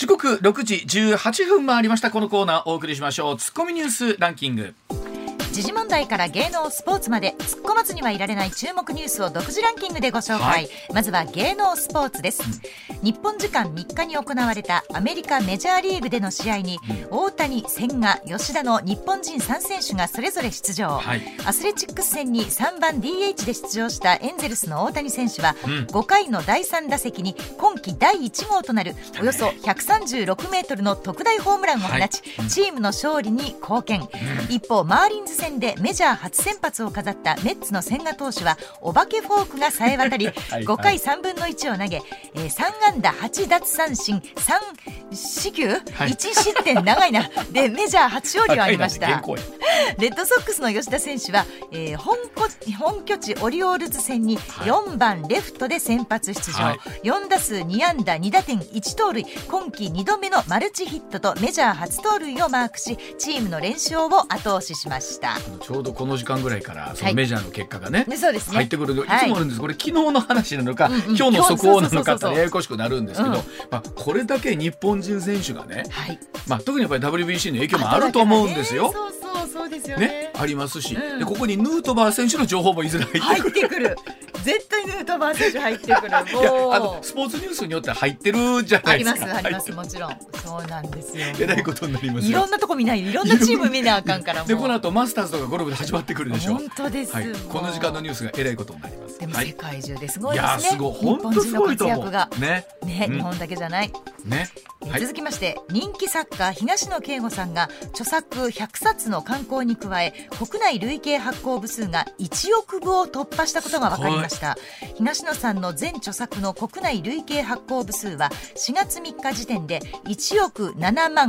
時刻6時18分回りました。このコーナーお送りしましょう。ツッコミニュースランキング。 時事問題から芸能スポーツまで突っ込まずにはいられない注目ニュースを独自ランキングでご紹介、はい、まずは芸能スポーツです、日本時間3日に行われたアメリカメジャーリーグでの試合に、大谷、千賀、吉田の日本人3選手がそれぞれ出場、はい、アスレチックス戦に3番 DH で出場したエンゼルスの大谷選手は、5回の第3打席に今季第1号となるおよそ136メートルの特大ホームランを放ち、チームの勝利に貢献、一方マーリンズ戦でメジャー初先発を飾ったメッツの千賀投手はお化けフォークが冴え渡り5回3分の1を投げ、3安打8奪三振3四球、1失点長いなでメジャー初勝利を挙げました。レッドソックスの吉田選手は、本拠地オリオールズ戦に4番レフトで先発出場、4打数2安打2打点1盗塁、今季2度目のマルチヒットとメジャー初盗塁をマークし、チームの連勝を後押ししました。 ちょうどこの時間ぐらいからそのメジャーの結果がね、 そうですね、 入ってくる、いつもあるんです。これ昨日の話なのか、今日の速報なのかってややこしくなるんですけど、これだけ日本人選手がね、特にやっぱり WBC の影響もあると思うんですよ。 そうですよね、 ありますし、でここにヌートバー選手の情報もいずれ入ってくる。 絶対ヌートバー選手入ってくる。もういやスポーツニュースによって入ってるじゃないですか。 ありますもちろんそうなんですよ。 えらいことになりますよ。 いろんなとこ見ない、いろんなチーム見なあかんからもうでこの後マスターズとかゴルフで始まってくるでしょ。 本当です、 この時間のニュースがえらいことになります。 でも世界中ですごいですね、 いやすごい、本当すごいと思う。 日本人の活躍が日本だけじゃないね。 続きまして、人気作家東野圭吾さんが著作100冊の刊行に加え、国内累計発行部数が1億部を突破したことが分かりました。東野さんの全著作の国内累計発行部数は4月3日時点で1億7万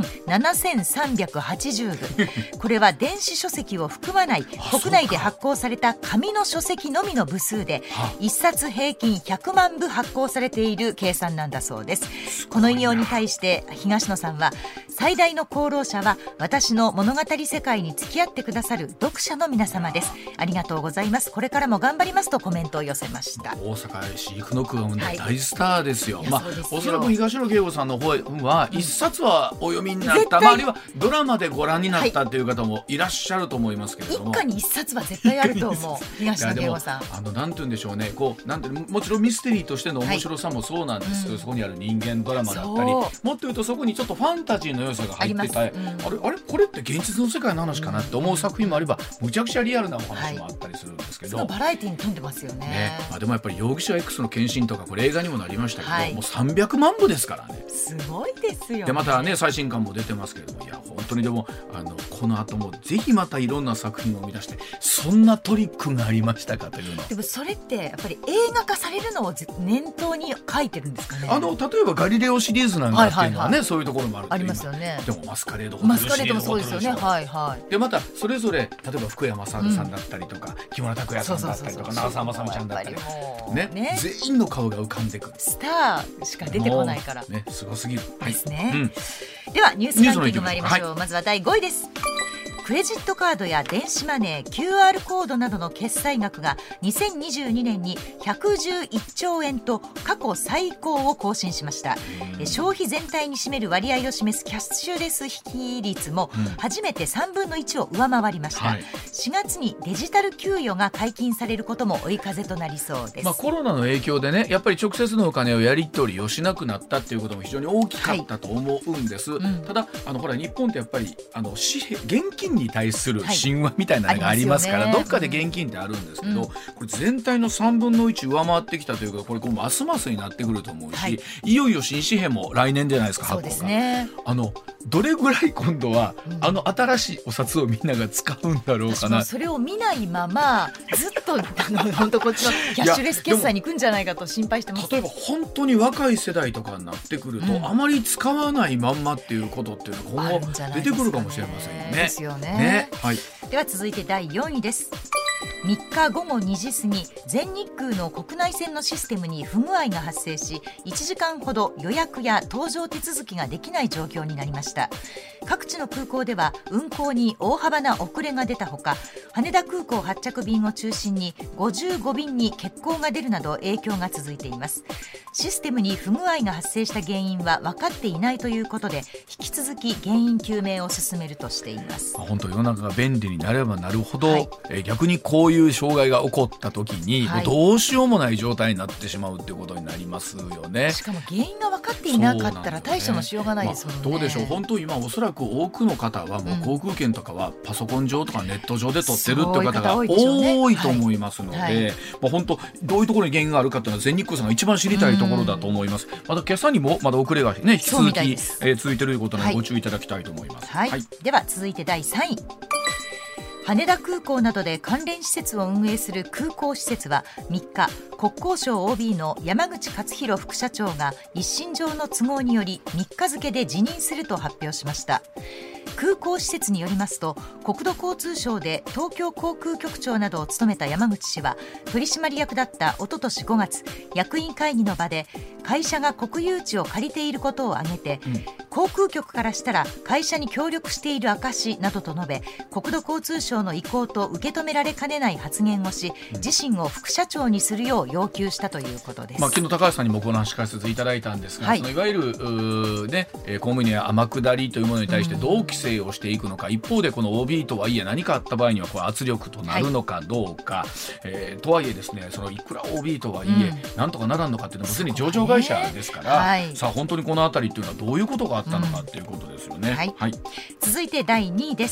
7380部これは電子書籍を含まない国内で発行された紙の書籍のみの部数で、1冊平均100万部発行されている計算なんだそうです。この偉業に対して東野さんは、最大の功労者は私の物語世界に付き合ってくださる読者の皆様です。ありがとうございます。これからも頑張りますとコメントを寄せました。 大阪市生野区が生んだ大スターですよ。おそらく東野圭吾さんの方は一冊はお読みになった、あるいはドラマでご覧になったという方もいらっしゃると思いますけれども、 一家に一冊は絶対あると思う東野圭吾さん。 なんて言うんでしょうね、もちろんミステリーとしての面白さもそうなんですけど、そこにある人間ドラマだったり、もっと言うとそこにちょっとファンタジーの要素が入ってた、あれこれって現実の世界の話かなって思う作品もあれば、むちゃくちゃリアルなお話もあったりするんですけど、 バラエティに富んでますよね。 でもやっぱり容疑者 X の献身とか、これ映画にもなりましたけど、もう300万部ですからね。 すごいですよね。 でまたね、最新刊も出てますけれども、いや本当にでもこの後もぜひまたいろんな作品を生み出して、そんなトリックがありましたかというの。 でもそれってやっぱり映画化されるのを念頭に書いてるんですかね。 例えばガリレオシリーズなんかっていうのはね、そういうところもあるますよね。 でもマスカレードもそうですよね。 でまたそれぞれ、例えば福山雅治さんだったりとか、木村拓哉さんだったりとか、長澤まさみちゃんだったりね、全員の顔が浮かんでくる。 スターしか出てこないからね、すごすぎるですね。ではニュースランキング参りましょう。まずは第5位です。クレジットカードや電子マネー、QR コードなどの決済額が2022年に111兆円と過去最高を更新しました。消費全体に占める割合を示すキャッシュレス比率も初めて3分の1を上回りました。4月にデジタル給与が解禁されることも追い風となりそうです。 コロナの影響でね、やっぱり直接のお金をやり取りをしなくなったっていうことも非常に大きかったと思うんです。ただほら日本ってやっぱり現金に対する神話みたいなのがありますから、どっかで現金ってあるんですけど、これ全体の3分の1上回ってきたというか、これますますになってくると思うし、いよいよ新紙幣も来年じゃないですか、発行が。そうですね。どれぐらい今度は、新しいお札をみんなが使うんだろうかな。 それを見ないままずっと本当こっちのキャッシュレス決済に行くんじゃないかと心配してます。 例えば本当に若い世代とかになってくると、あまり使わないまんまっていうことっていうのは今後出てくるかもしれませんよね。 ですよね。 はい。 では続いて第4位です。 3日午後2時過ぎ、全日空の国内線のシステムに不具合が発生し、1時間ほど予約や搭乗手続きができない状況になりました。各地の空港では運航に大幅な遅れが出たほか、羽田空港発着便を中心に55便に欠航が出るなど影響が続いています。システムに不具合が発生した原因は分かっていないということで、引き続き原因究明を進めるとしています。 本当世の中が便利になればなるほど、逆にこういう障害が起こった時に、もうどうしようもない状態になってしまうっていうことになりますよね。 しかも原因が分かっていなかったら対処のしようがないですもんね。 どうでしょう、本当今おそらく多くの方はもう航空券とかはパソコン上とかネット上で取ってるっていう方が多いと思いますので、本当どういうところに原因があるかっていうのは全日空さんが一番知りたいところだと思います。また今朝にもまだ遅れがね引き続き続いているということなのでご注意いただきたいと思います。 では続いて第3位。羽田空港などで関連施設を運営する空港施設は3日、国交省 OB の山口勝弘副社長が一身上の都合により3日付で辞任すると発表しました。空港施設によりますと、国土交通省で東京航空局長などを務めた山口氏は取締役だったおととし5月、役員会議の場で会社が国有地を借りていることを挙げて、航空局からしたら会社に協力している証などと述べ、国土交通省の意向と受け止められかねない発言をし、自身を副社長にするよう要求したということです。 昨日高橋さんにもお話解説いただいたんですが、そのいわゆる公務員や天下りというものに対してどう規制をしていくのか、一方でこの OB とはいえ何かあった場合にはこれ圧力となるのかどうか、とはいえですね、そのいくら OB とはいえ、なんとかならんのかっていうのはすでに上場会社ですから、さあ本当にこのあたりっていうのはどういうことがあったのかっていうことですよね。 続いて第2位です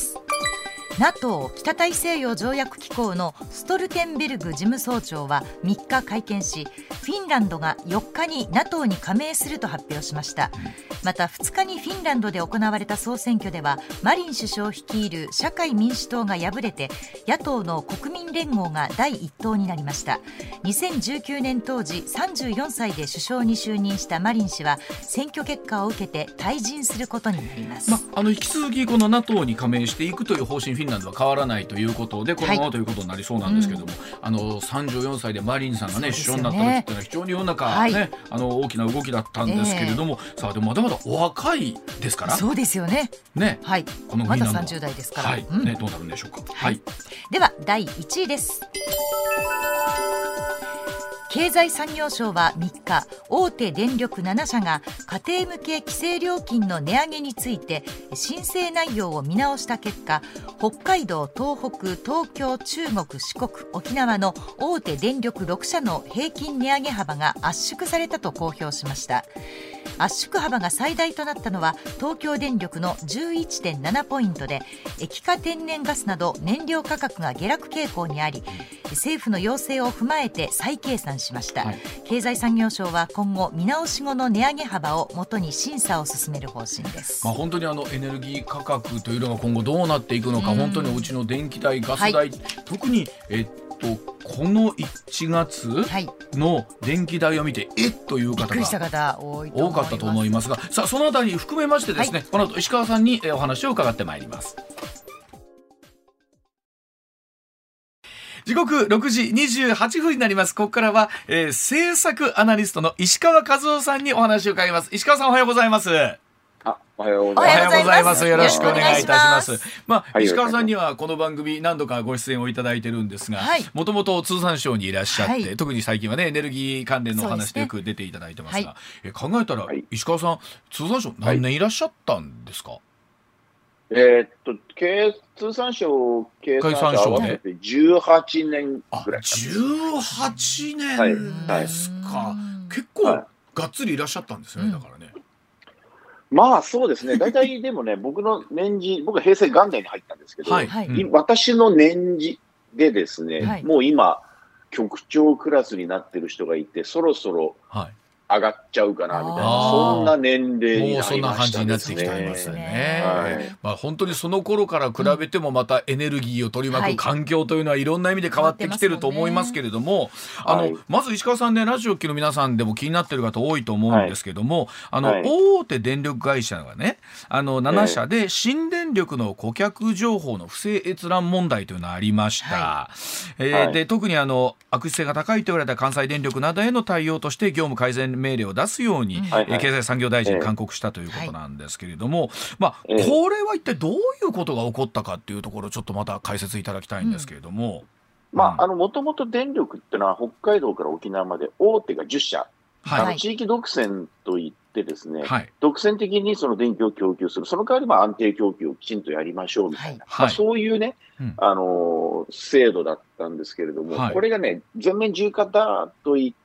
。NATO 北大西洋条約機構のストルテンベルグ事務総長は3日会見し、フィンランドが4日に NATO に加盟すると発表しました。また2日にフィンランドで行われた総選挙では、マリン首相率いる社会民主党が敗れて、野党の国民連合が第一党になりました。2019年当時34歳で首相に就任したマリン氏は選挙結果を受けて退陣することになります。 引き続きこの NATO に加盟していくという方針、フィンランドは変わらないということでこのままということになりそうなんですけども、34歳でマリンさんがね首相になった時っていうのは非常に世の中ね、大きな動きだったんですけれども、さあでもまだまだお若いですから。 そうですよね。 このまだ30代ですから、 どうなるんでしょうか。 では第1位です。経済産業省は3日、大手電力7社が家庭向け規制料金の値上げについて申請内容を見直した結果、北海道、東北、東京、中国、四国、沖縄の大手電力6社の平均値上げ幅が圧縮されたと公表しました。圧縮幅が最大となったのは東京電力の 11.7 ポイントで、液化天然ガスなど燃料価格が下落傾向にあり、政府の要請を踏まえて再計算しました。経済産業省は今後見直し後の値上げ幅をもとに審査を進める方針です。 本当にエネルギー価格というのが今後どうなっていくのか、本当にうちの電気代、ガス代、特にこの1月の電気代を見てという方が多かったと思いますが、さあそのあたり含めましてですね、この後石川さんにお話を伺ってまいります。時刻6時28分になります。ここからは、政策アナリストの石川和夫さんにお話を伺います。石川さん、おはようございます。 おはようございます。 よろしくお願いいたします。石川さんにはこの番組何度かご出演をいただいてるんですが、もともと通産省にいらっしゃって、特に最近はねエネルギー関連のお話でよく出ていただいてますが、考えたら石川さん、通産省何年いらっしゃったんですか？ 通産省経産省合わせて18年ぐらい。 18年ですか。結構がっつりいらっしゃったんですよね。だからね。 そうですね。大体でもね、僕の年次、僕は平成元年に入ったんですけど、私の年次でですね、もう今局長クラスになってる人がいて、そろそろ上がっちゃうかなみたいな、そんな年齢になりましたね。 もうそんな感じになってきていますね。本当にその頃から比べてもまたエネルギーを取り巻く環境というのはいろんな意味で変わってきてると思いますけれども、まず石川さんね、ラジオ機の皆さんでも気になってる方多いと思うんですけども、大手電力会社がね、7社で新電力の顧客情報の不正閲覧問題というのがありました。で特に悪質性が高いと言われた関西電力などへの対応として業務改善命令を出すように、経済産業大臣に勧告したということなんですけれども、これは一体どういうことが起こったかっていうところをちょっとまた解説いただきたいんですけれども、 もともと電力ってのは北海道から沖縄まで大手が10社、地域独占といってですね、独占的にその電気を供給する、その代わり安定供給をきちんとやりましょうみたいな、そういうね、制度だったんですけれども、これがね、全面自由化だと言って、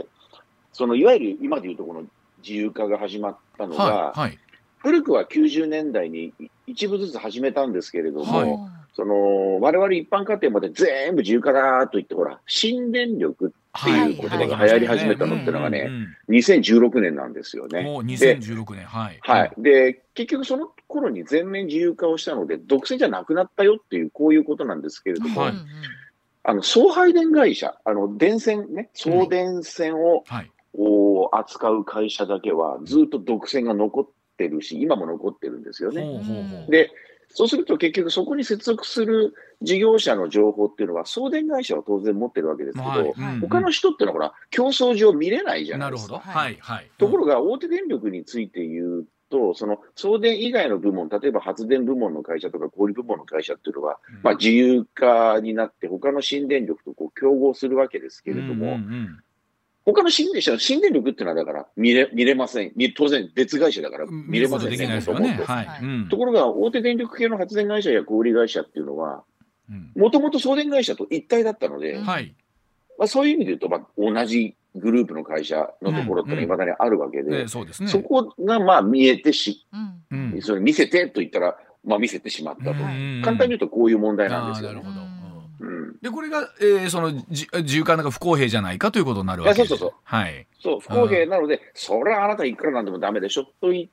いわゆる今でいうとこの自由化が始まったのが、古くは90年代に一部ずつ始めたんですけれども、我々一般家庭まで全部自由化だと言って、ほら、新電力っていう言葉が流行り始めたのってのがね、2016年なんですよね。 もう2016年。 で、結局その頃に全面自由化をしたので、独占じゃなくなったよっていう、こういうことなんですけれども、送配電会社、電線ね、送電線を、扱う会社だけはずっと独占が残ってるし、今も残ってるんですよね。で、そうすると結局そこに接続する事業者の情報っていうのは送電会社は当然持ってるわけですけど、他の人ってのはほら競争上見れないじゃないですか。ところが大手電力について言うと、その送電以外の部門、例えば発電部門の会社とか小売部門の会社っていうのは、自由化になって他の新電力と競合するわけですけれども、他の新電力っていうのはだから見れません。当然別会社だから見れませんね。ところが大手電力系の発電会社や小売会社っていうのは、もともと送電会社と一体だったので、そういう意味で言うと、同じグループの会社のところっていまだにあるわけで、そこが見えてそれ見せてと言ったら、見せてしまったと。簡単に言うとこういう問題なんですよね。 でこれが、その自由化が不公平じゃないかということになるわけです。 そう不公平なので、それはあなたいくらなんでもダメでしょと言って、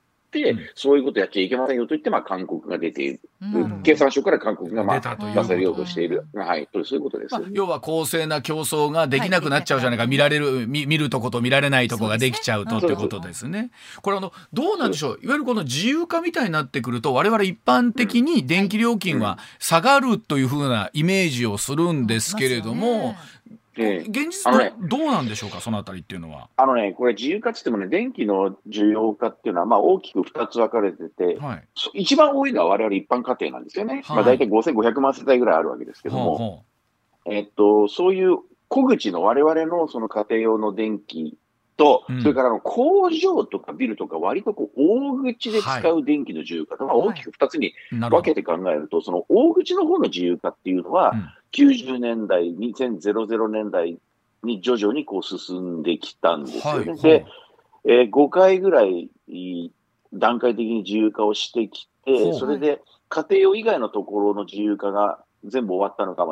そういうことやっちゃいけませんよと言って、勧告が出ている。経産省から勧告が出されようとしている。そういうことです。 要は公正な競争ができなくなっちゃうじゃないか、見るとこと見られないとこができちゃうとってことですね。これどうなんでしょう、いわゆるこの自由化みたいになってくると、我々一般的に電気料金は下がるというふうなイメージをするんですけれども、現実どうなんでしょうか、そのあたりっていうのは。 これ自由化って言ってもね、電気の需要化っていうのは大きく2つ分かれてて、一番多いのは我々一般家庭なんですよね。大体5500万世帯ぐらいあるわけですけども、そういう小口の我々のその家庭用の電気と、それから工場とかビルとか割と大口で使う電気の自由化と大きく2つに分けて考えると、その大口の方の自由化っていうのは、90年代、2000年代に徐々に進んできたんですよね。で、5回ぐらい段階的に自由化をしてきて、それで家庭用以外のところの自由化が全部終わったのが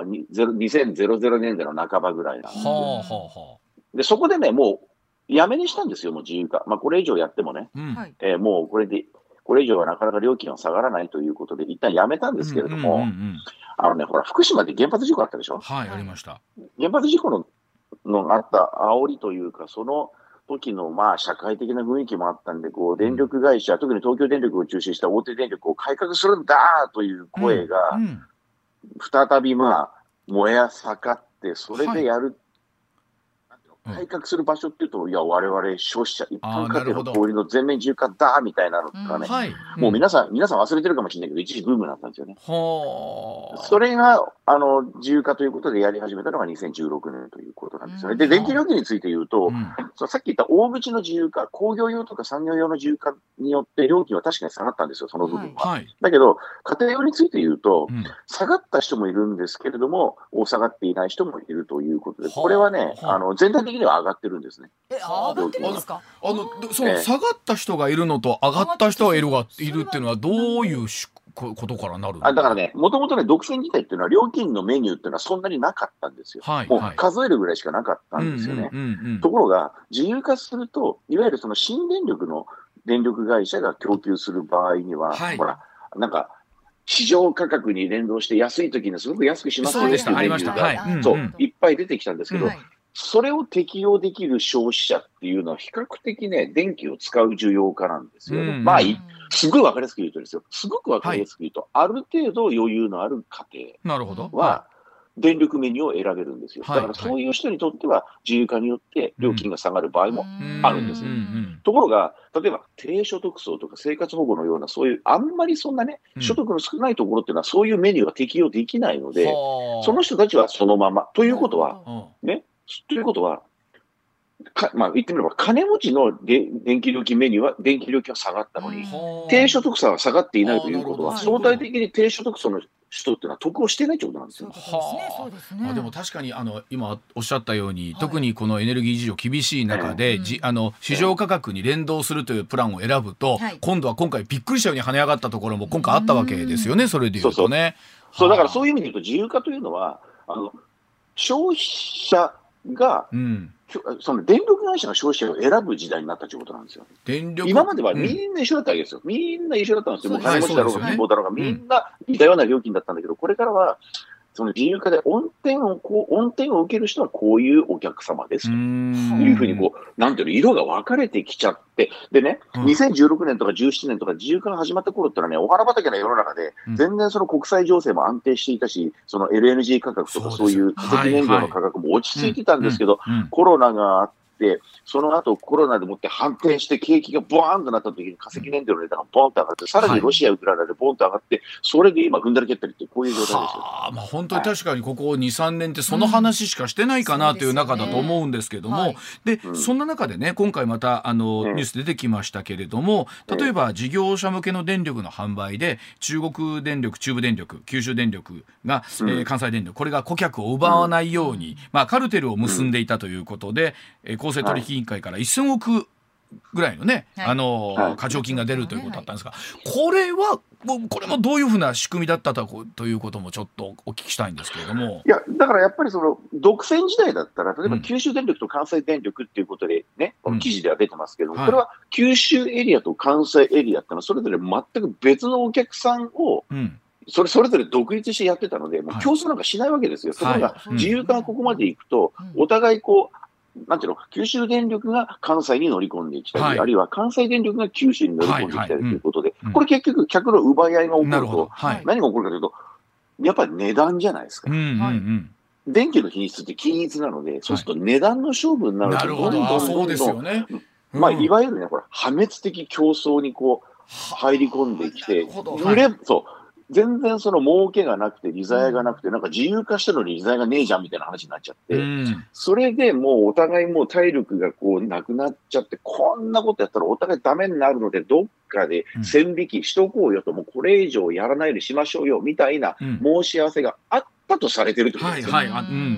2000年代の半ばぐらいなんですよ。で、そこでね、もうやめにしたんですよ、もう自由化。これ以上やってもね、もうこれ以上はなかなか料金は下がらないということで、一旦やめたんですけれども、ほら、福島で原発事故あったでしょ。 ありました。 原発事故のあった煽りというか、その時の社会的な雰囲気もあったんで、電力会社、特に東京電力を中心した大手電力を改革するんだという声が、再び燃え盛って、それでやる。改革する場所っていうと、我々消費者、一般家庭の小売の全面自由化だみたいなのがね、もう皆さん忘れてるかもしれないけど、一時ブームになったんですよね。それが、自由化ということでやり始めたのが2016年ということなんですよね。で、電気料金について言うと、さっき言った大口の自由化、工業用とか産業用の自由化によって料金は確かに下がったんですよ、その部分は。だけど、家庭用について言うと、下がった人もいるんですけれども、下がっていない人もいるということで、これはね、全体的には上がってるんですね。 上がってるんですか？ その下がった人がいるのと上がった人がいるっていうのはどういうことからなるだからね、もともとね、独占自体っていうのは、料金のメニューっていうのはそんなになかったんですよ。もう数えるぐらいしかなかったんですよね。ところが、自由化すると、いわゆるその新電力の電力会社が供給する場合には、ほら、なんか、市場価格に連動して安い時にすごく安くしますよっていうメニューが、そう、いっぱい出てきたんですけど、それを適用できる消費者っていうのは比較的ね、電気を使う需要家なんですよね。まあ、すごい分かりやすく言うとですよ。すごく分かりやすく言うと、ある程度余裕のある家庭は、電力メニューを選べるんですよ。だからそういう人にとっては、自由化によって料金が下がる場合もあるんですよ。ところが、例えば低所得層とか生活保護のような、そういうあんまりそんなね、所得の少ないところっていうのは、そういうメニューが適用できないので、その人たちはそのまま。ということは、まあ言ってみれば、金持ちの電気料金メニューは、電気料金は下がったのに、低所得者は下がっていないということは、相対的に低所得層の人っていうのは得をしていないということなんですよ。 でも確かに今おっしゃったように、特にこのエネルギー事情厳しい中で、市場価格に連動するというプランを選ぶと、今回びっくりしたように跳ね上がったところも今回あったわけですよね。それでいうとね。 そうだからそういう意味で言うと、自由化というのは消費者が、その電力会社が消費者を選ぶ時代になったということなんですよ。今まではみんな一緒だったわけですよ。みんな一緒だったんですよ。もう金持ちだろうが貧乏だろうが、みんな似たような料金だったんだけど、これからはその自由化で恩典を受ける人はこういうお客様ですというふうになんていうの、色が分かれてきちゃって、でね、2016年とか17年とか自由化が始まった頃ってのはね、お花畑の世の中で、全然その国際情勢も安定していたし、その LNG 価格とかそういう化石燃料の価格も落ち着いてたんですけど、コロナがあって、その後コロナでもって反転して景気がボーンとなった時に化石燃料の値段がボーンと上がって、さらにロシア、ウクライナでボーンと上がって、それで今踏んだり蹴ったりってこういう状態ですよ。 まあ本当に確かにここ2、3年ってその話しかしてないかなという中だと思うんですけども、でそんな中でね、今回またニュース出てきましたけれども、例えば事業者向けの電力の販売で中国電力、中部電力、九州電力が、関西電力、これが顧客を奪わないように、カルテルを結んでいたということで、公正取引委員会から1000億ぐらいのね、課徴金が出るということだったんですが、これもどういうふうな仕組みだったということもちょっとお聞きしたいんですけれども。 いや、だからやっぱりその独占時代だったら、例えば九州電力と関西電力っていうことでね、記事では出てますけど、これは九州エリアと関西エリアってのはそれぞれ全く別のお客さんを、それぞれ独立してやってたので、もう競争なんかしないわけですよ。ところが自由化がここまでいくと、お互いなんていうの、九州電力が関西に乗り込んできたり、あるいは関西電力が九州に乗り込んできたりということで、これ結局客の奪い合いが起こると、何が起こるかというと、やっぱり値段じゃないですか。電気の品質って均一なので、そうすると値段の勝負になると、どんどん、いわゆるね、破滅的競争に入り込んできて、全然その儲けがなくて、利ざやがなくて、なんか自由化したのに利ざやがねえじゃんみたいな話になっちゃって、それでもうお互いもう体力がなくなっちゃって、こんなことやったらお互いダメになるので、どっかで線引きしとこうよと、もうこれ以上やらないようにしましょうよみたいな申し合わせがあったとされてるってことですよね。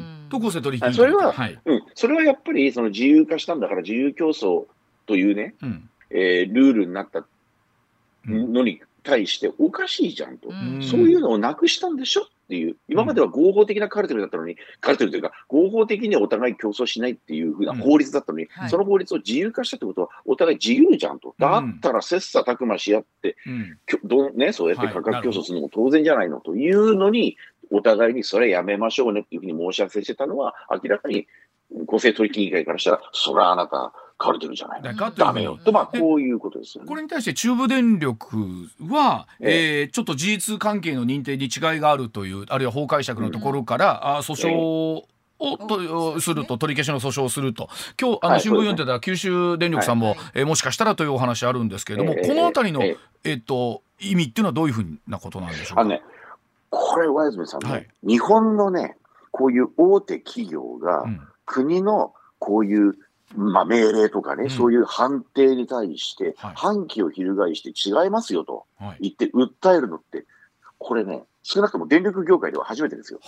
それはやっぱりその自由化したんだから自由競争というね、ルールになったのに対しておかしいじゃんと、そういうのをなくしたんでしょっていう、今までは合法的なカルテルだったのに、カルテルというか合法的にお互い競争しないっていうふうな法律だったのに、その法律を自由化したってことはお互い自由じゃんと、だったら切磋琢磨し合って、そうやって価格競争するのも当然じゃないのというのに、お互いにそれやめましょうねっていうふうに申し合わせしてたのは、明らかに公正取引委員会からしたら、それはあなたカルテルじゃないの、ダメよと、こういうことですよね。 これに対して中部電力は、ちょっと事実関係の認定に違いがあるという、あるいは法解釈のところから、訴訟をすると、取り消しの訴訟をすると、今日新聞読んでた九州電力さんも、もしかしたらというお話あるんですけれども、このあたりの、意味っていうのはどういうふうなことなんでしょうか。 これ、上泉さんね、日本のね、こういう大手企業が、国のこういう命令とかね、そういう判定に対して、反旗を翻して違いますよと言って訴えるのって、これね、少なくとも電力業界では初めてですよ。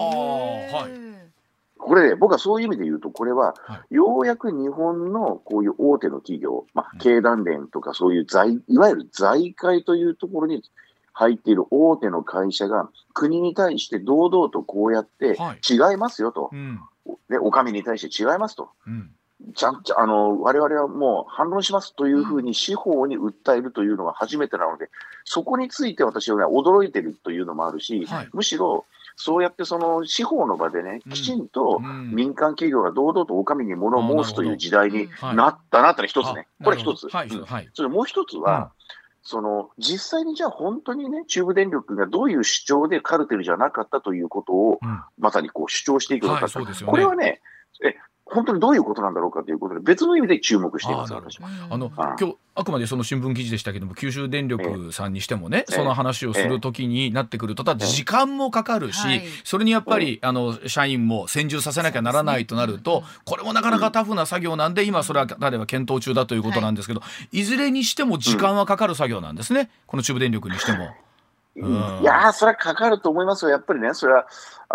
これね、僕はそういう意味で言うと、これは、ようやく日本のこういう大手の企業、経団連とかそういういわゆる財界というところに入っている大手の会社が国に対して堂々とこうやって違いますよと、でお上に対して違いますと、我々はもう反論しますというふうに司法に訴えるというのが初めてなので、そこについて私は、ね、驚いてるというのもあるし、むしろそうやってその司法の場でね、きちんと民間企業が堂々とお上に物を申すという時代になったなってのは一つね。これ一つ。それもう一つは、その実際にじゃあ本当にね、中部電力がどういう主張でカルテルじゃなかったということを、まさにこう主張していくのか、これはね、本当にどういうことなんだろうかということで、別の意味で注目しています。私は今日あくまでその新聞記事でしたけども、九州電力さんにしてもね、その話をするときになってくると、ただ時間もかかるし、それにやっぱり社員も専従させなきゃならないとなると、これもなかなかタフな作業なんで、今それは誰は検討中だということなんですけど、いずれにしても時間はかかる作業なんですね、この中部電力にしても。 いやー、それはかかると思いますよ。やっぱりね、それは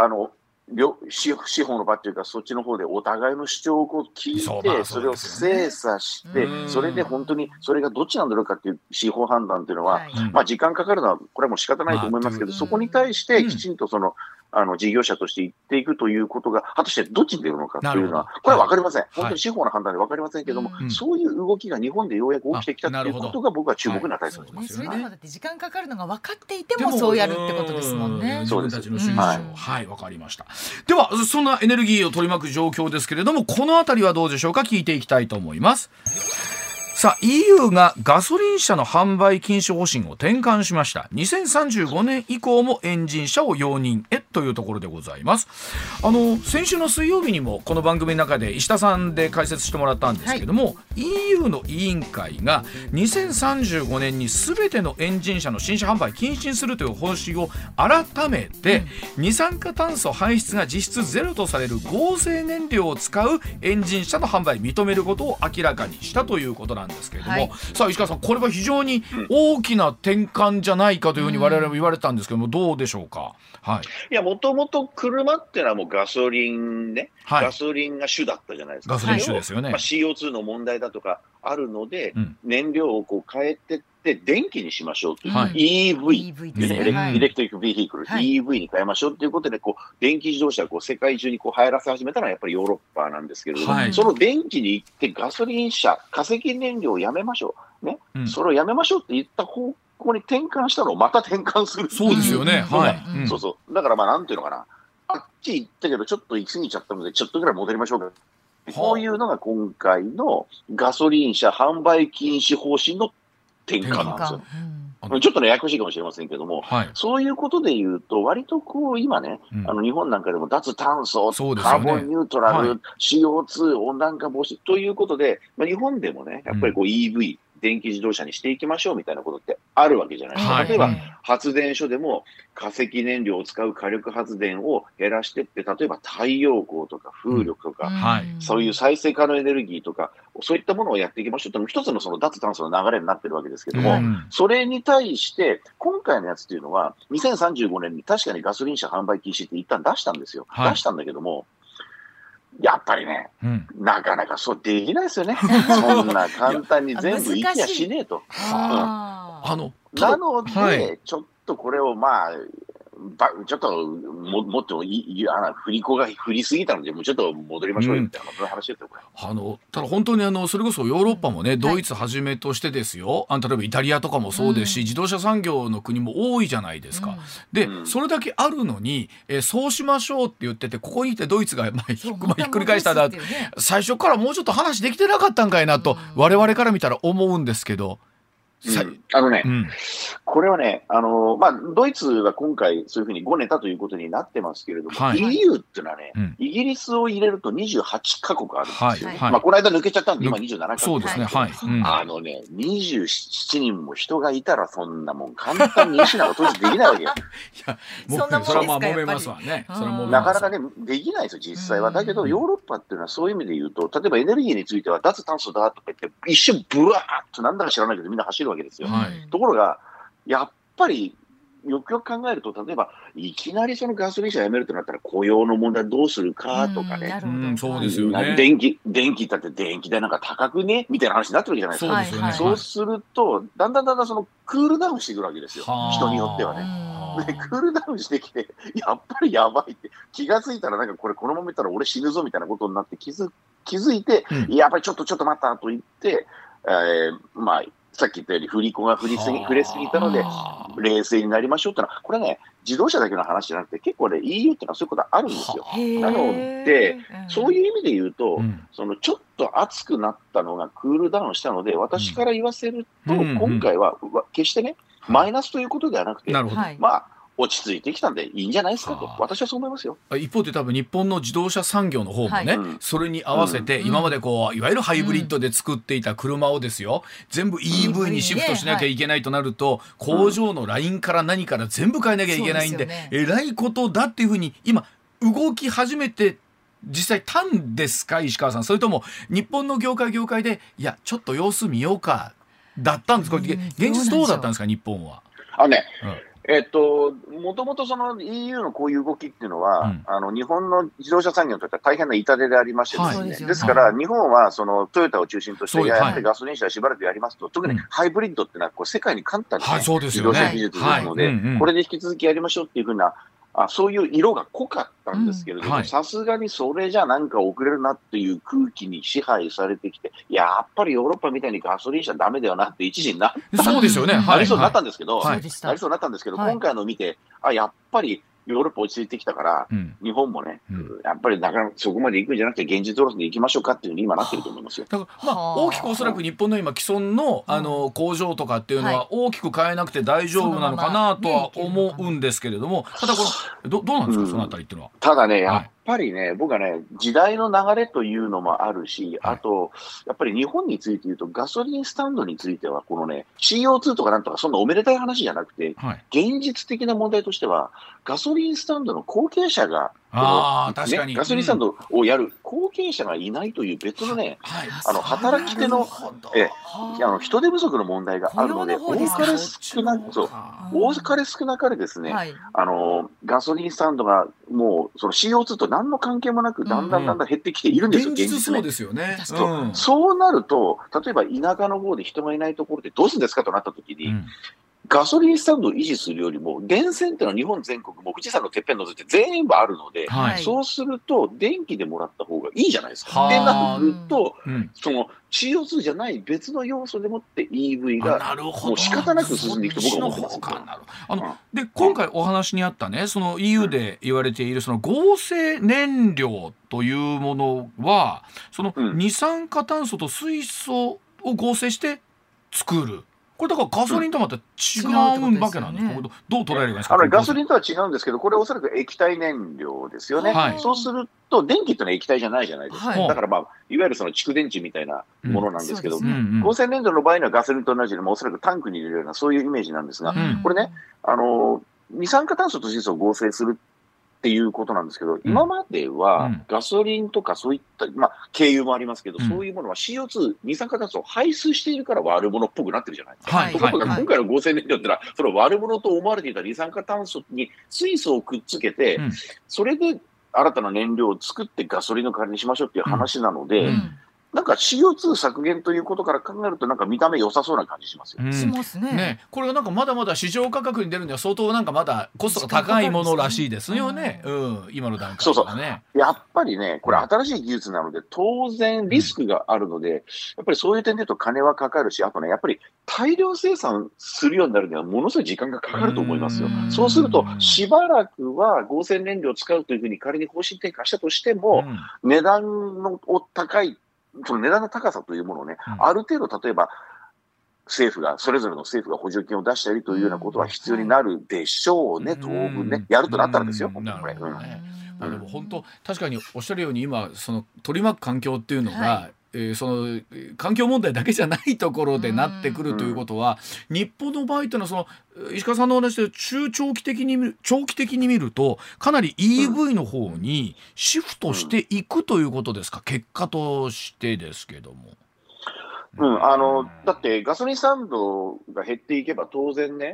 司法の場というか、そっちの方でお互いの主張をこう聞いて、それを精査して、それで本当にそれがどっちなんだろうかっていう司法判断というのは、時間かかるのは、これはもう仕方ないと思いますけど、そこに対してきちんと事業者として言っていくということが、果たしてどっちに出るのかというのは、これは分かりません。本当に司法の判断で分かりませんけども、そういう動きが日本でようやく起きてきたということが、僕は注目な対策です。 それでもだって時間かかるのが分かっていても、そうやるってことですもんね。 自分たちの主義はい、分かりました。ではそんなエネルギーを取り巻く状況ですけれども、このあたりはどうでしょうか。聞いていきたいと思います。さあ EU がガソリン車の販売禁止方針を転換しました。2035年以降もエンジン車を容認へというところでございます。先週の水曜日にもこの番組の中で石田さんで解説してもらったんですけれども、EU の委員会が2035年に全てのエンジン車の新車販売禁止にするという方針を改めて、二酸化炭素排出が実質ゼロとされる合成燃料を使うエンジン車の販売を認めることを明らかにしたということなんですけれども、さあ石川さん、これは非常に大きな転換じゃないかというふうに我々も言われたんですけども、どうでしょうか。 いや、もともと車っていうのはもうガソリンね、ガソリンが主だったじゃないですか。 ガソリン主ですよね。 CO2 の問題だとかあるので、燃料をこう変えてって電気にしましょうという、EV ですね、エレクトリックビーヒークル、EV に変えましょうということで、こう電気自動車をこう世界中にこう流行らせ始めたのはやっぱりヨーロッパなんですけれども、その電気に行ってガソリン車、化石燃料をやめましょう、ね、それをやめましょうって言った方向に転換したのをまた転換する。 そうですよね。 そうそう。だからなんていうのかな、あっち行ったけどちょっと行き過ぎちゃったのでちょっとぐらい戻りましょうか。こういうのが今回のガソリン車販売禁止方針の転換なんですよ。ちょっとね、ややこしいかもしれませんけども、そういうことで言うと、割とこう今ね、日本なんかでも脱炭素、カーボンニュートラル、CO2 温暖化防止ということで、日本でもね、やっぱりこう EV、電気自動車にしていきましょうみたいなことってあるわけじゃないですか。例えば、発電所でも化石燃料を使う火力発電を減らしていって、例えば太陽光とか風力とか、そういう再生可能エネルギーとか、そういったものをやっていきましょうというのも一つのその脱炭素の流れになってるわけですけども、それに対して、今回のやつっていうのは、2035年に確かにガソリン車販売禁止って一旦出したんですよ。出したんだけども、やっぱりね、なかなかそうできないですよね。そんな簡単に全部いきやしねえと。なので、ちょっとこれをちょっともっと振り子が振りすぎたので、もうちょっと戻りましょうよみたいな、そういう話ですよ、これ。 ただ本当にそれこそヨーロッパもね、ドイツはじめとしてですよ、例えばイタリアとかもそうですし、自動車産業の国も多いじゃないですか。で、それだけあるのに、そうしましょうって言ってて、ここにいてドイツがひっくり返したら、最初からもうちょっと話できてなかったんかいなと、我々から見たら思うんですけど。 これはね、ドイツは今回そういうふうにごねたということになってますけれども、EU っていうのはね、イギリスを入れると28カ国あるんですよ。この間抜けちゃったんで、今27カ国。 そうですね。 27人も人がいたらそんなもん簡単に石なんか当時できないわけよ。 そんなもんですか、 揉めますわね。 なかなかね、できないですよ、実際は。だけど、ヨーロッパっていうのはそういう意味で言うと、例えばエネルギーについては脱炭素だとか言って、一瞬ブワーッとなんだか知らないけどみんな走るわけですよ。ところが、やっぱりよくよく考えると、例えばいきなりそのガソリン車やめるとなったら雇用の問題どうするかとかね、 そうですよね。 電気だって電気代なんか高くねみたいな話になってるわけじゃないですか。 そうですよね。 そうするとだんだんそのクールダウンしてくるわけですよ、人によってはね。でクールダウンしてきて、やっぱりやばいって気がついたら、なんかこれこのままいったら俺死ぬぞみたいなことになって気づいて、やっぱりちょっと待ったと言って、まあさっき言ったように振り子が触れすぎたので冷静になりましょうってのは、これね、自動車だけの話じゃなくて結構ね EU ってのはそういうことあるんですよ。なのでそういう意味で言うと、そのちょっと熱くなったのがクールダウンしたので、私から言わせると、今回は決してねマイナスということではなくて、まあ落ち着いてきたんでいいんじゃないですかと、私はそう思いますよ。 一方で多分日本の自動車産業の方もね、それに合わせて今までこういわゆるハイブリッドで作っていた車をですよ、全部 EV にシフトしなきゃいけないとなると、工場のラインから何から全部変えなきゃいけないんで、えらいことだっていうふうに今動き始めて実際たんですか、石川さん。それとも日本の業界でいやちょっと様子見ようかだったんですか。現実どうだったんですか、日本は。 もともとその EU のこういう動きっていうのは、日本の自動車産業にとっては大変な痛手でありましてですね、ですから日本はそのトヨタを中心としてやってガソリン車しばらくやりますと、特にハイブリッドっていうのはこう世界に勝った自動車技術ですので、これで引き続きやりましょうっていうふうなそういう色が濃かったんですけれども、さすがにそれじゃなんか遅れるなっていう空気に支配されてきて、やっぱりヨーロッパみたいにガソリン車ダメだよなって一時になったそうですよね、 なりそうになったんですけど、今回の見て、やっぱりヨーロッパ落ち着いてきたから、日本もね、やっぱりなかなかそこまで行くんじゃなくて現実路線で行きましょうかっていうふうに今なってると思いますよ。 だから大きくおそらく日本の今既存の、工場とかっていうのは大きく変えなくて大丈夫なのかなとは思うんですけれども、ただこのどうなんですか、そのあたりっていうのは。 ただね、やっぱりね、僕はね、時代の流れというのもあるし、あとやっぱり日本について言うとガソリンスタンドについてはこのね CO2 とかなんとかそんなおめでたい話じゃなくて、現実的な問題としてはガソリンスタンドの後継者が確かにガソリンスタンドをやる後継者がいないという別のね、働き手の人手不足の問題があるので、多かれ少なかれですね、ガソリンスタンドがもうその CO2 と何の関係もなくだんだん減ってきているんですよ、 現実そうですよね。 そうなると、例えば田舎の方で人がいないところでどうするんですかとなったときに、ガソリンスタンドを維持するよりも電線っていうのは日本全国も富士山のてっぺんのずって全部あるので、そうすると電気でもらった方がいいじゃないですか。ってなると、その CO2 じゃない別の要素でもって EV がもう仕方なく進んでいくと僕は思ってます。 で今回お話にあったね、その EU で言われているその合成燃料というものは、その二酸化炭素と水素を合成して作る。これだからガソリンとまた違うわけなんですか。どう捉えればいいですか。 ガソリンとは違うんですけど、これおそらく液体燃料ですよね。そうすると電気ってのは液体じゃないじゃないですか。だからいわゆるその蓄電池みたいなものなんですけど、合成燃料の場合にはガソリンと同じでおそらくタンクに入れるようなそういうイメージなんですが、これね、二酸化炭素と水素を合成するっていうことなんですけど、今まではガソリンとかそういった、軽油もありますけど、そういうものは CO2、二酸化炭素を排出しているから悪者っぽくなってるじゃないですか。ところが今回の合成燃料ってのは、その悪者と思われていた二酸化炭素に水素をくっつけて、それで新たな燃料を作ってガソリンの代わりにしましょうっていう話なので、なんか CO2 削減ということから考えるとなんか見た目良さそうな感じしますよ。 しますね。 これはなんかまだまだ市場価格に出るには相当なんかまだコストが高いものらしいですよね。今の段階でね。 やっぱりね、これ新しい技術なので当然リスクがあるので、やっぱりそういう点で言うと金はかかるし、あとねやっぱり大量生産するようになるにはものすごい時間がかかると思いますよ。そうするとしばらくは合成燃料を使うというふうに仮に方針転換したとしても、値段の高いその値段の高さというものをね、ある程度例えばそれぞれの政府が補助金を出したりというようなことは必要になるでしょうね、当分ね、やるとなったらですよ。でも本当確かにおっしゃるように今その取り巻く環境っていうのが、その環境問題だけじゃないところでなってくるということは、日本の場合というのはその石川さんのお話で長期的に見るとかなり EV の方にシフトしていくということですか、結果としてですけども。 だってガソリンスタンドが減っていけば当然ね、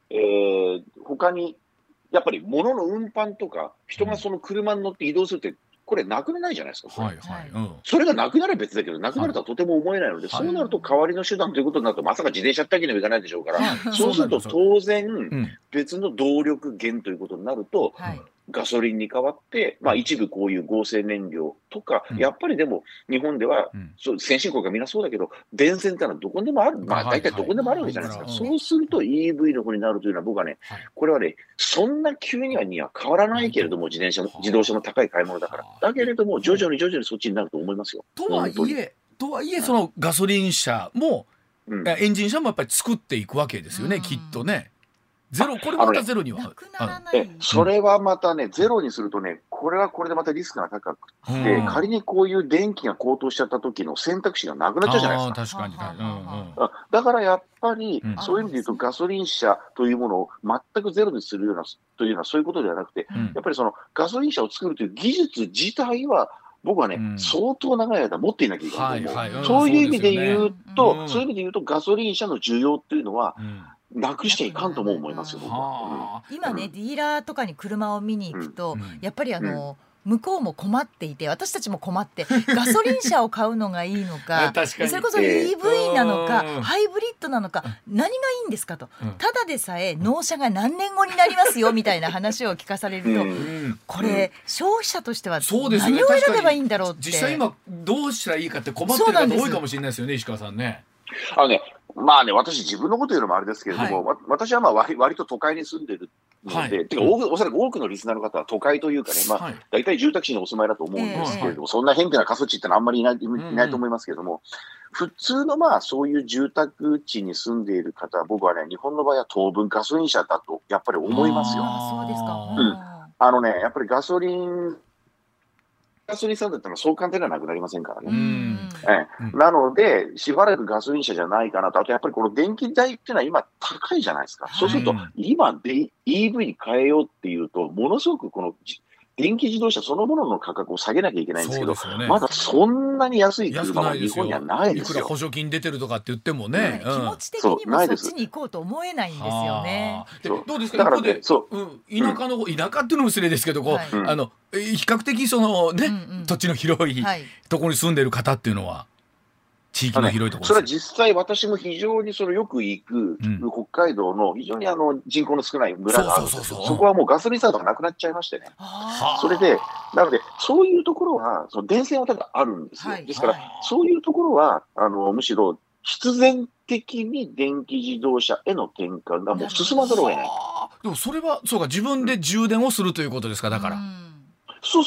他に、やっぱり物の運搬とか、人がその車に乗って移動するって、これなくならないじゃないですか。 はいはいうん、 それがなくなれば別だけど、なくなるとはとても思えないので、そうなると代わりの手段ということになると、まさか自転車ってわけにはいかないでしょうから、そうすると当然、別の動力源ということになると、ガソリンに代わって、一部こういう合成燃料とか、やっぱりでも日本では、先進国がみんなそうだけど、電線ってのはどこでもある、大体どこでもあるわけじゃないですか。そうすると EV の方になるというのは、僕はね、これはね、そんな急には変わらないけれども、自動車の高い買い物だから。だけれども、徐々にそっちになると思いますよ。 とはいえ、そのガソリン車も、エンジン車もやっぱり作っていくわけですよね、きっとね。これまたゼロにはそれはまたね、ゼロにするとね、これはこれでまたリスクが高くて、仮にこういう電気が高騰しちゃった時の選択肢がなくなっちゃうじゃないですか。 確かに、 だからやっぱり、そういう意味で言うと、ガソリン車というものを全くゼロにするようなというのはそういうことではなくて、やっぱりそのガソリン車を作るという技術自体は、僕はね、相当長い間持っていなきゃいけないと思う。そういう意味で言うと、ガソリン車の需要っていうのは、なくしちゃいかんとも思いますよ。 今ね、ディーラーとかに車を見に行くと、やっぱり向こうも困っていて、私たちも困って、ガソリン車を買うのがいいのかそれこそ EV なのか、ハイブリッドなのか、何がいいんですかと、ただでさえ納車が何年後になりますよみたいな話を聞かされると、これ消費者としては何を選べばいいんだろうって、 実際今どうしたらいいかって困ってる方多いかもしれないですよね、石川さんね。 私自分のこと言うのもあれですけれども、私は割と都会に住んでるので、おそらく多くのリスナーの方は都会というかね、大体住宅地にお住まいだと思うんですけれども、そんな偏僻な過疎地ってのはあんまりいないと思いますけれども、普通のそういう住宅地に住んでいる方は、僕はね、日本の場合は当分ガソリン車だとやっぱり思いますよ。 そうですか。 やっぱりガソリン車だったらそう簡単にはなくなりませんからね。なので、しばらくガソリン車じゃないかなと。あとやっぱりこの電気代っていうのは今高いじゃないですか。そうすると、今で EV に変えようっていうと、ものすごくこの電気自動車そのものの価格を下げなきゃいけないんですけど、まだそんなに安い車は日本にはないですよ。 いくら補助金出てるとかって言ってもね、 気持ち的にもそっちに行こうと思えないんですよね。 どうですか、一方で田舎っていうのも失礼ですけど、比較的そのね、土地の広いところに住んでる方っていうのは、地域の広いところ、 それは実際私も非常によく行く、北海道の非常に人口の少ない村があるんですけど、そこはもうガソリンスタンドがなくなっちゃいましてね。それで、なのでそういうところは電線はただあるんですよ。ですからそういうところはむしろ必然的に電気自動車への転換がもう進まざるを得ない。 でもそれはそうか、自分で充電をするということですか、だから。 そう。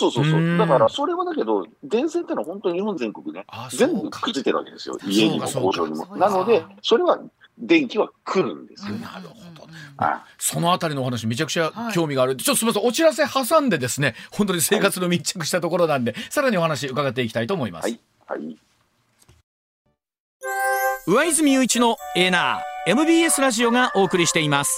だからそれはだけど、電線ってのは本当に日本全国ね、全部くっついてるわけですよ。家にも工場にも。なので、それは電気は来るんですよ。 なるほど。そのあたりのお話めちゃくちゃ興味がある。ちょっとすみません、お知らせ挟んでですね、本当に生活の密着したところなんで、さらにお話伺っていきたいと思います。 上泉雄一のエーナー MBS ラジオがお送りしています。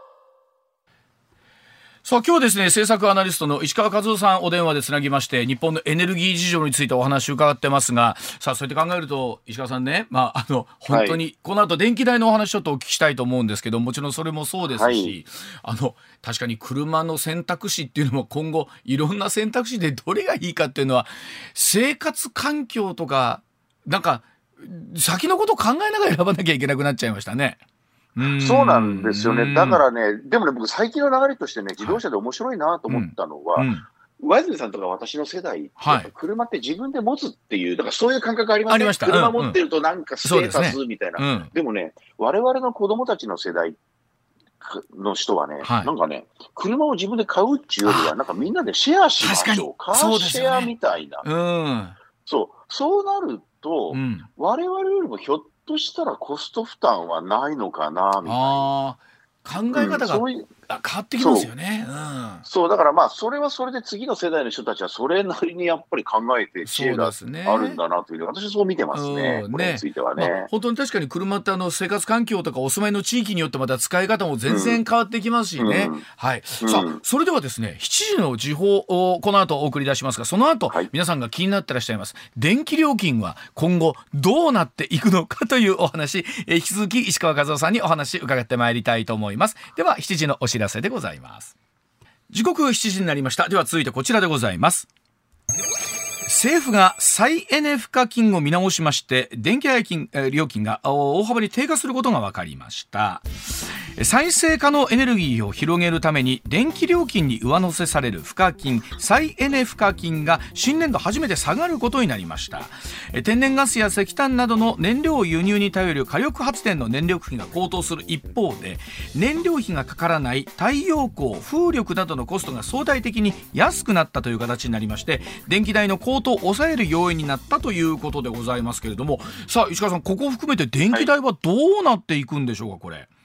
さあ今日ですね、政策アナリストの石川和夫さんお電話でつなぎまして、日本のエネルギー事情についてお話を伺ってますが、さあそうやって考えると石川さんね、本当にこの後電気代のお話ちょっとお聞きしたいと思うんですけど、もちろんそれもそうですし、確かに車の選択肢っていうのも今後いろんな選択肢でどれがいいかっていうのは、生活環境とかなんか先のことを考えながら選ばなきゃいけなくなっちゃいましたね。 そうなんですよね。だからね、でもね、僕最近の流れとしてね、自動車で面白いなと思ったのは、上泉さんとか私の世代、車って自分で持つっていう、だからそういう感覚ありますね。車持ってるとなんかステータスみたいな。でもね、我々の子供たちの世代の人はね、なんかね、車を自分で買うっていうよりは、なんかみんなでシェアしましょう。カーシェアみたいな。そうなると、我々よりもひょっとしたらコスト負担はないのかなみたいな考え方が変わってきますよね。 そうだからまあそれはそれで次の世代の人たちはそれなりにやっぱり考えて知恵があるんだなという、私はそう見てますね。これについてはね。 本当に確かに車って生活環境とかお住まいの地域によってまた使い方も全然変わってきますしね。はい。さあそれではですね、7時の時報をこの後お送り出しますが、その後、皆さんが気になってらっしゃいます電気料金は今後どうなっていくのかというお話、引き続き石川和夫さんにお話伺ってまいりたいと思います。では7時のお知らせでございます。時刻7時になりました。では続いてこちらでございます。政府が再エネ賦課金を見直しまして電気料金が大幅に低下することが分かりました。再生可能エネルギーを広げるために電気料金に上乗せされる賦課金、再エネ賦課金が新年度初めて下がることになりました。天然ガスや石炭などの燃料輸入に頼る火力発電の燃料費が高騰する一方で、燃料費がかからない太陽光、風力などのコストが相対的に安くなったという形になりまして、電気代の高騰を抑える要因になったということでございますけれども、さあ石川さん、ここを含めて電気代はどうなっていくんでしょうか、これ。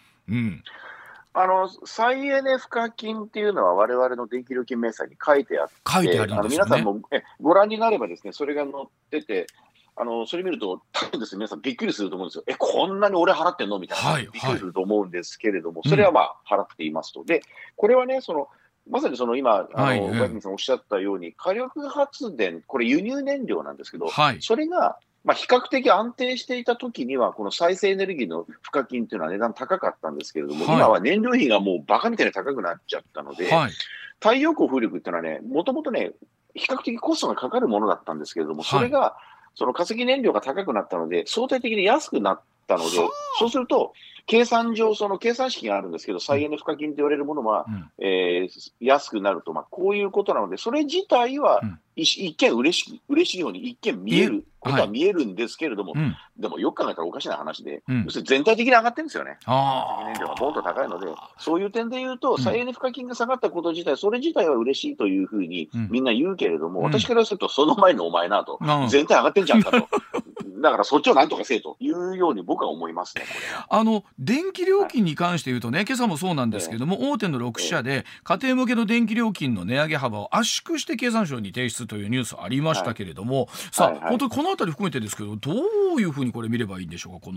再エネ賦課金っていうのは我々の電気料金明細に書いてあって、 書いてあるんですよね。 皆さんもご覧になればですね、それが載ってて、それ見ると多分ですね、皆さんびっくりすると思うんですよ。こんなに俺払ってんのみたいな、びっくりすると思うんですけれども、それはまあ払っていますと。でこれはね、まさに今小泉さんおっしゃったように、火力発電、これ輸入燃料なんですけど、それが比較的安定していた時には、この再生エネルギーの賦課金っていうのは値段高かったんですけれども、今は燃料費がもうバカみたいに高くなっちゃったので、太陽光風力っていうのはね、もともとね、比較的コストがかかるものだったんですけれども、それが、化石燃料が高くなったので、相対的に安くなったので、そうすると、計算上、計算式があるんですけど、再エネ賦課金と言われるものは、安くなると、こういうことなので、それ自体は一見嬉しいように一見見えることは見えるんですけれども、でもよく考えたらおかしな話で、要するに全体的に上がってるんですよね。化石燃料がボンと高いので、そういう点で言うと、再エネ賦課金が下がったこと自体、それ自体は嬉しいというふうにみんな言うけれども、私からすると、その前のお前なと、全体上がってんじゃんかと。だからそっちをなんとかせえというように僕は思いますね。これ電気料金に関して言うとね、今朝もそうなんですけども、大手の6社で家庭向けの電気料金の値上げ幅を圧縮して経産省に提出というニュースありましたけれども、本当にこのあたり含めてですけど、どういうふうにこれ見ればいいんでしょうか、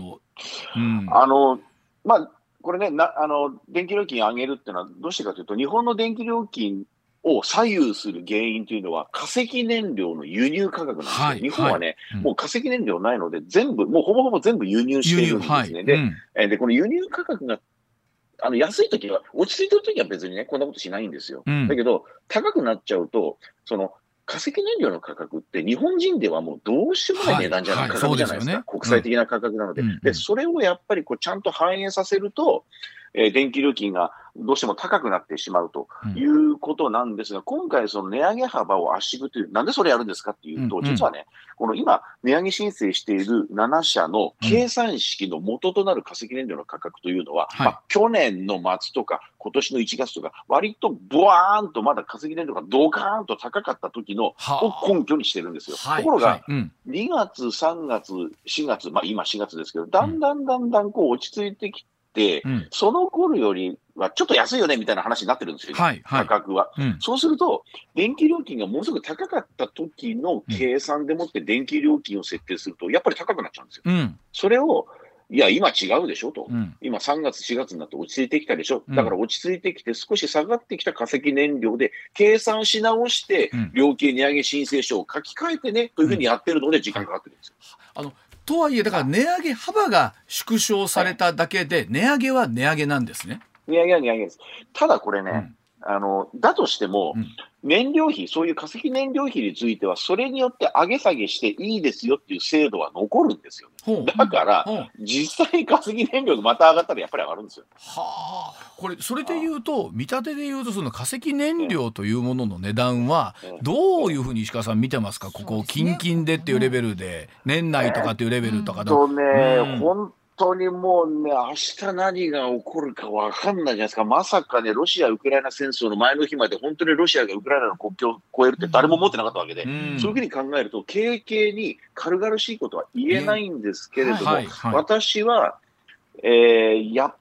これね、電気料金上げるっていうのはどうしてかというと、日本の電気料金を左右する原因というのは化石燃料の輸入価格なんですよ。日本はね、もう化石燃料ないのでもうほぼほぼ全部輸入しているんですね。でこの輸入価格が安いときは、落ち着いてるときは別にね、こんなことしないんですよ。だけど、高くなっちゃうと、化石燃料の価格って日本人ではもうどうしようもない値段じゃない、価格じゃないですか。国際的な価格なので。で、それをやっぱりちゃんと反映させると、電気料金がどうしても高くなってしまうということなんですが、今回値上げ幅を圧縮という、なんでそれやるんですかっていうと、実はね、この今値上げ申請している7社の計算式の元となる化石燃料の価格というのは、去年の末とか今年の1月とか、割とボワーンとまだ化石燃料がドカーンと高かった時のを根拠にしてるんですよ。ところが、2月、3月、4月、今4月ですけど、だんだん落ち着いてきて、その頃よりはちょっと安いよねみたいな話になってるんですよ、価格は。そうすると、電気料金がものすごく高かった時の計算でもって電気料金を設定すると、やっぱり高くなっちゃうんですよ。それを今違うでしょと、今3月、4月になって落ち着いてきたでしょ、だから落ち着いてきて少し下がってきた化石燃料で計算し直して、料金値上げ申請書を書き換えてねというふうにやってるので時間かかってるんですよ。 とはいえ、だから値上げ幅が縮小されただけで、値上げは値上げなんですね。 値上げは値上げです。ただこれね、だとしても、燃料費、そういう化石燃料費については、それによって上げ下げしていいですよっていう制度は残るんですよ。だから、実際化石燃料がまた上がったらやっぱり上がるんですよ。 これ、それで言うと、見立てで言うと、その化石燃料というものの値段は、どういうふうに石川さん見てますか、ここ、近々でっていうレベルで、年内とかっていうレベルとか本当にもうね、明日何が起こるか分かんないじゃないですか。まさかね、ロシア・ウクライナ戦争の前の日まで本当にロシアがウクライナの国境を越えるって誰も思ってなかったわけで、そういうふうに考えると、軽々に軽々しいことは言えないんですけれども、私は、やっ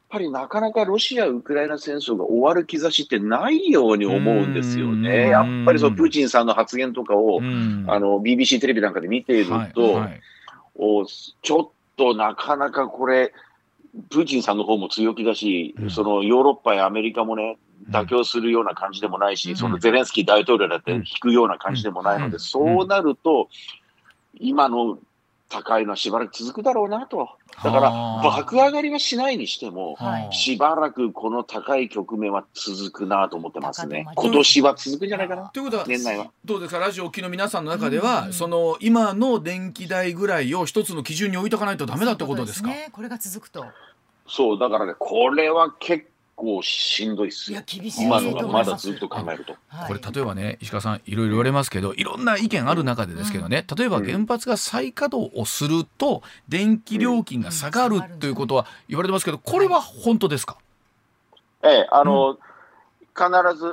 ぱりなかなかロシア・ウクライナ戦争が終わる兆しってないように思うんですよね。やっぱりプーチンさんの発言とかをBBC テレビなんかで見ていると、ちょっとなかなかこれ、プーチンさんの方も強気だし、そのヨーロッパやアメリカもね、妥協するような感じでもないし、そのゼレンスキー大統領だって引くような感じでもないので、そうなると、今の高いのはしばらく続くだろうなと。だから爆上がりはしないにしても、しばらくこの高い局面は続くなと思ってますね。今年は続くんじゃないかな。 ということは年内はどうですか、ラジオを聴きの皆さんの中では、その今の電気代ぐらいを一つの基準に置いとかないとダメだってことですか。 これが続くと。 そうだからね、これは結構しんどいっすよ。今のがまだずっと考えると。 これ例えばね、石川さんいろいろ言われますけど、いろんな意見ある中でですけどね、例えば原発が再稼働をすると電気料金が下がるということは言われてますけど、これは本当ですか。 必ず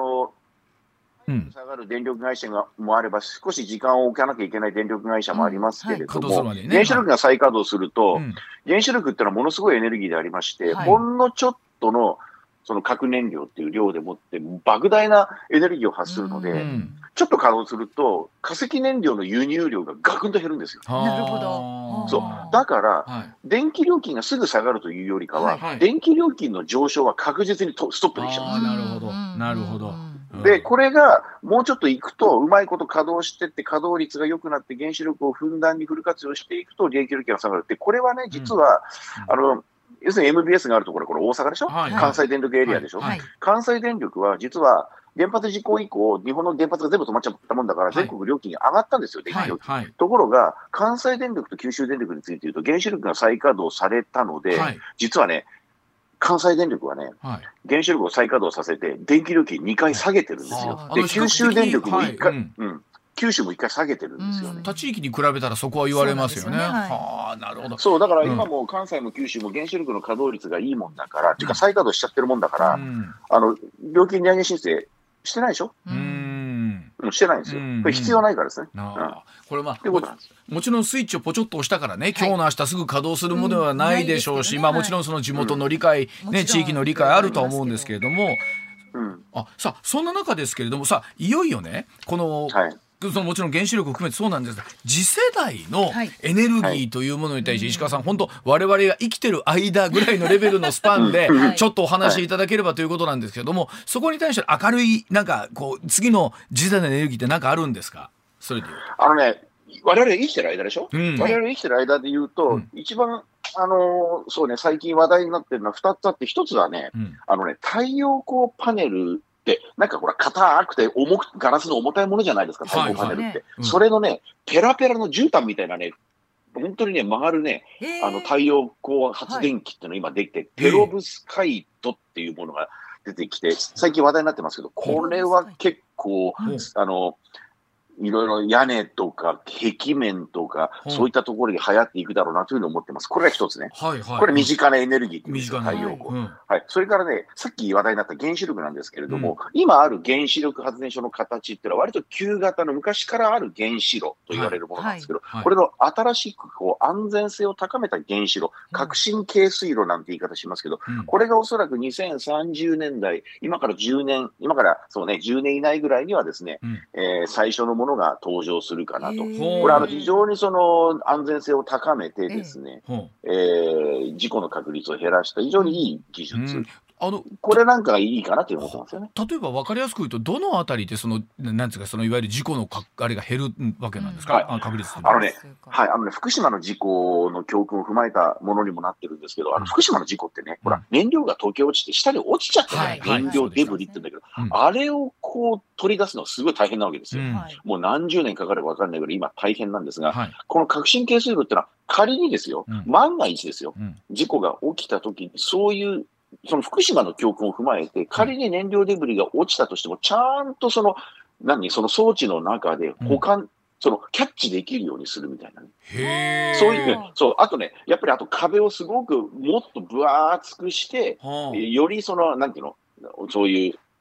下がる電力会社もあれば、少し時間を置かなきゃいけない電力会社もありますけれども、原子力が再稼働すると、原子力っていうのはものすごいエネルギーでありまして、ほんのちょっとのその核燃料っていう量でもって莫大なエネルギーを発するので、ちょっと稼働すると化石燃料の輸入量がガクンと減るんですよ。 なるほど。 そうだから、電気料金がすぐ下がるというよりかは、電気料金の上昇は確実にストップできちゃうんです。 なるほど、なるほど。 で、これがもうちょっといくと、うまいこと稼働してって、稼働率が良くなって、原子力をふんだんにフル活用していくと、電気料金が下がるって、これはね、実は、要するに MBS があるところ、これ大阪でしょ、関西電力エリアでしょ、関西電力は実は、原発事故以降、日本の原発が全部止まっちゃったもんだから、全国料金が上がったんですよ、電気料金。ところが、関西電力と九州電力について言うと、原子力が再稼働されたので、実はね、関西電力はね、原子力を再稼働させて、電気料金2回下げてるんですよ。で、九州電力も1回、九州も1回下げてるんですよね。 他地域に比べたらそこは言われますよね。はあ、なるほど。 そう、だから今も関西も九州も原子力の稼働率がいいもんだから、っていうか再稼働しちゃってるもんだから、料金値上げ申請してないでしょ。してないんですよ。これ必要ないからですね。 これもちろんスイッチをポチョッと押したからね、今日の明日すぐ稼働するものではないでしょうし、もちろんその地元の理解、地域の理解あるとは思うんですけれども、さあそんな中ですけれども、さあいよいよね、このもちろん原子力を含めてそうなんですが、次世代のエネルギーというものに対して、石川さん、本当我々が生きてる間ぐらいのレベルのスパンでちょっとお話しいただければということなんですけれども、そこに対して明るいなんかこう次の次世代のエネルギーって何かあるんですか。それでいう我々生きてる間でしょ、我々生きてる間で言うと、一番そうね、最近話題になってるのは2つあって、1つはね、太陽光パネルで、なんかほら、硬くてガラスの重たいものじゃないですか、太陽光パネルって。それのね、ペラペラの絨毯みたいなね、本当にね、曲がるね、太陽光発電機っていうのが今できて、ペロブスカイトっていうものが出てきて、最近話題になってますけど、これは結構、いろいろ屋根とか壁面とか、そういったところに流行っていくだろうなというふうに思ってます。これが一つね。これ身近なエネルギーっていう太陽光。それからね、さっき話題になった原子力なんですけれども、今ある原子力発電所の形っていうのは割と旧型の昔からある原子炉と言われるものなんですけど、これの新しく安全性を高めた原子炉、革新軽水炉なんて言い方しますけど、これがおそらく2030年代、今から10年以内ぐらいにはですね、最初のものが登場するかなと。これ非常にその安全性を高めてですね、事故の確率を減らした非常にいい技術。これなんかがいいかなと思ってますよね。 例えば分かりやすく言うと、どのあたりでなんですか、いわゆる事故のあれが減るわけなんですか、確率福島の事故の教訓を踏まえたものにもなってるんですけど、福島の事故ってね、ほら、燃料が溶け落ちて下に落ちちゃったね、燃料デブリって言うんだけど、あれをこう取り出すのはすごい大変なわけですよ。もう何十年かかるか分かんないぐらい今大変なんですが、この革新軽水炉ってのは仮にですよ、万が一ですよ、事故が起きた時にそういうその福島の教訓を踏まえて、仮に燃料デブリが落ちたとしても、ちゃんとその装置の中でキャッチできるようにするみたいなね。そういうね、あとね、やっぱり壁をすごくもっと分厚くして、よりそういう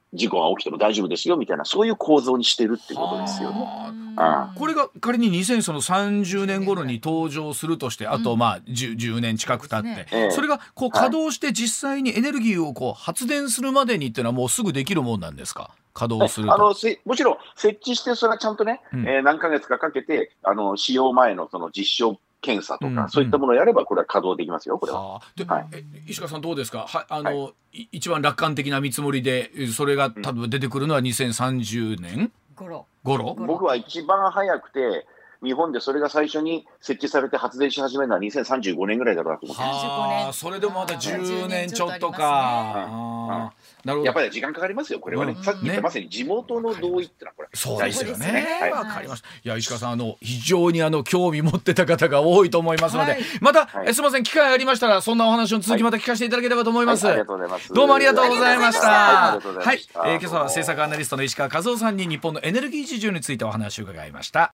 事故が起きても大丈夫ですよみたいな、そういう構造にしてるってことですよね。 これが仮に2030年頃に登場するとして、あと10年近く経って、それがこう稼働して実際にエネルギーをこう発電するまでにっていうのはもうすぐできるもんなんですか？稼働すると。 もちろん設置して、それはちゃんとね、何ヶ月かかけて使用前のその実証検査とか、そういったものをやればこれは稼働できますよ、これは。 石川さんどうですか？一番楽観的な見積もりでそれが多分出てくるのは2030年頃。 僕は一番早くて日本でそれが最初に設置されて発電し始めるのは2035年ぐらいだろうなと思ってます。 それでもまだ10年ちょっとか。なるほど。 やっぱり時間かかりますよ、これはね。さっき言ったまさに地元の同意ってのはこれそうですよね。わかりました。いや、石川さん非常に興味持ってた方が多いと思いますので、またすみません、機会ありましたらそんなお話の続きまた聞かせていただければと思います。 ありがとうございます。 どうもありがとうございました。はい、今朝は政策アナリストの石川和夫さんに日本のエネルギー事情についてお話を伺いました。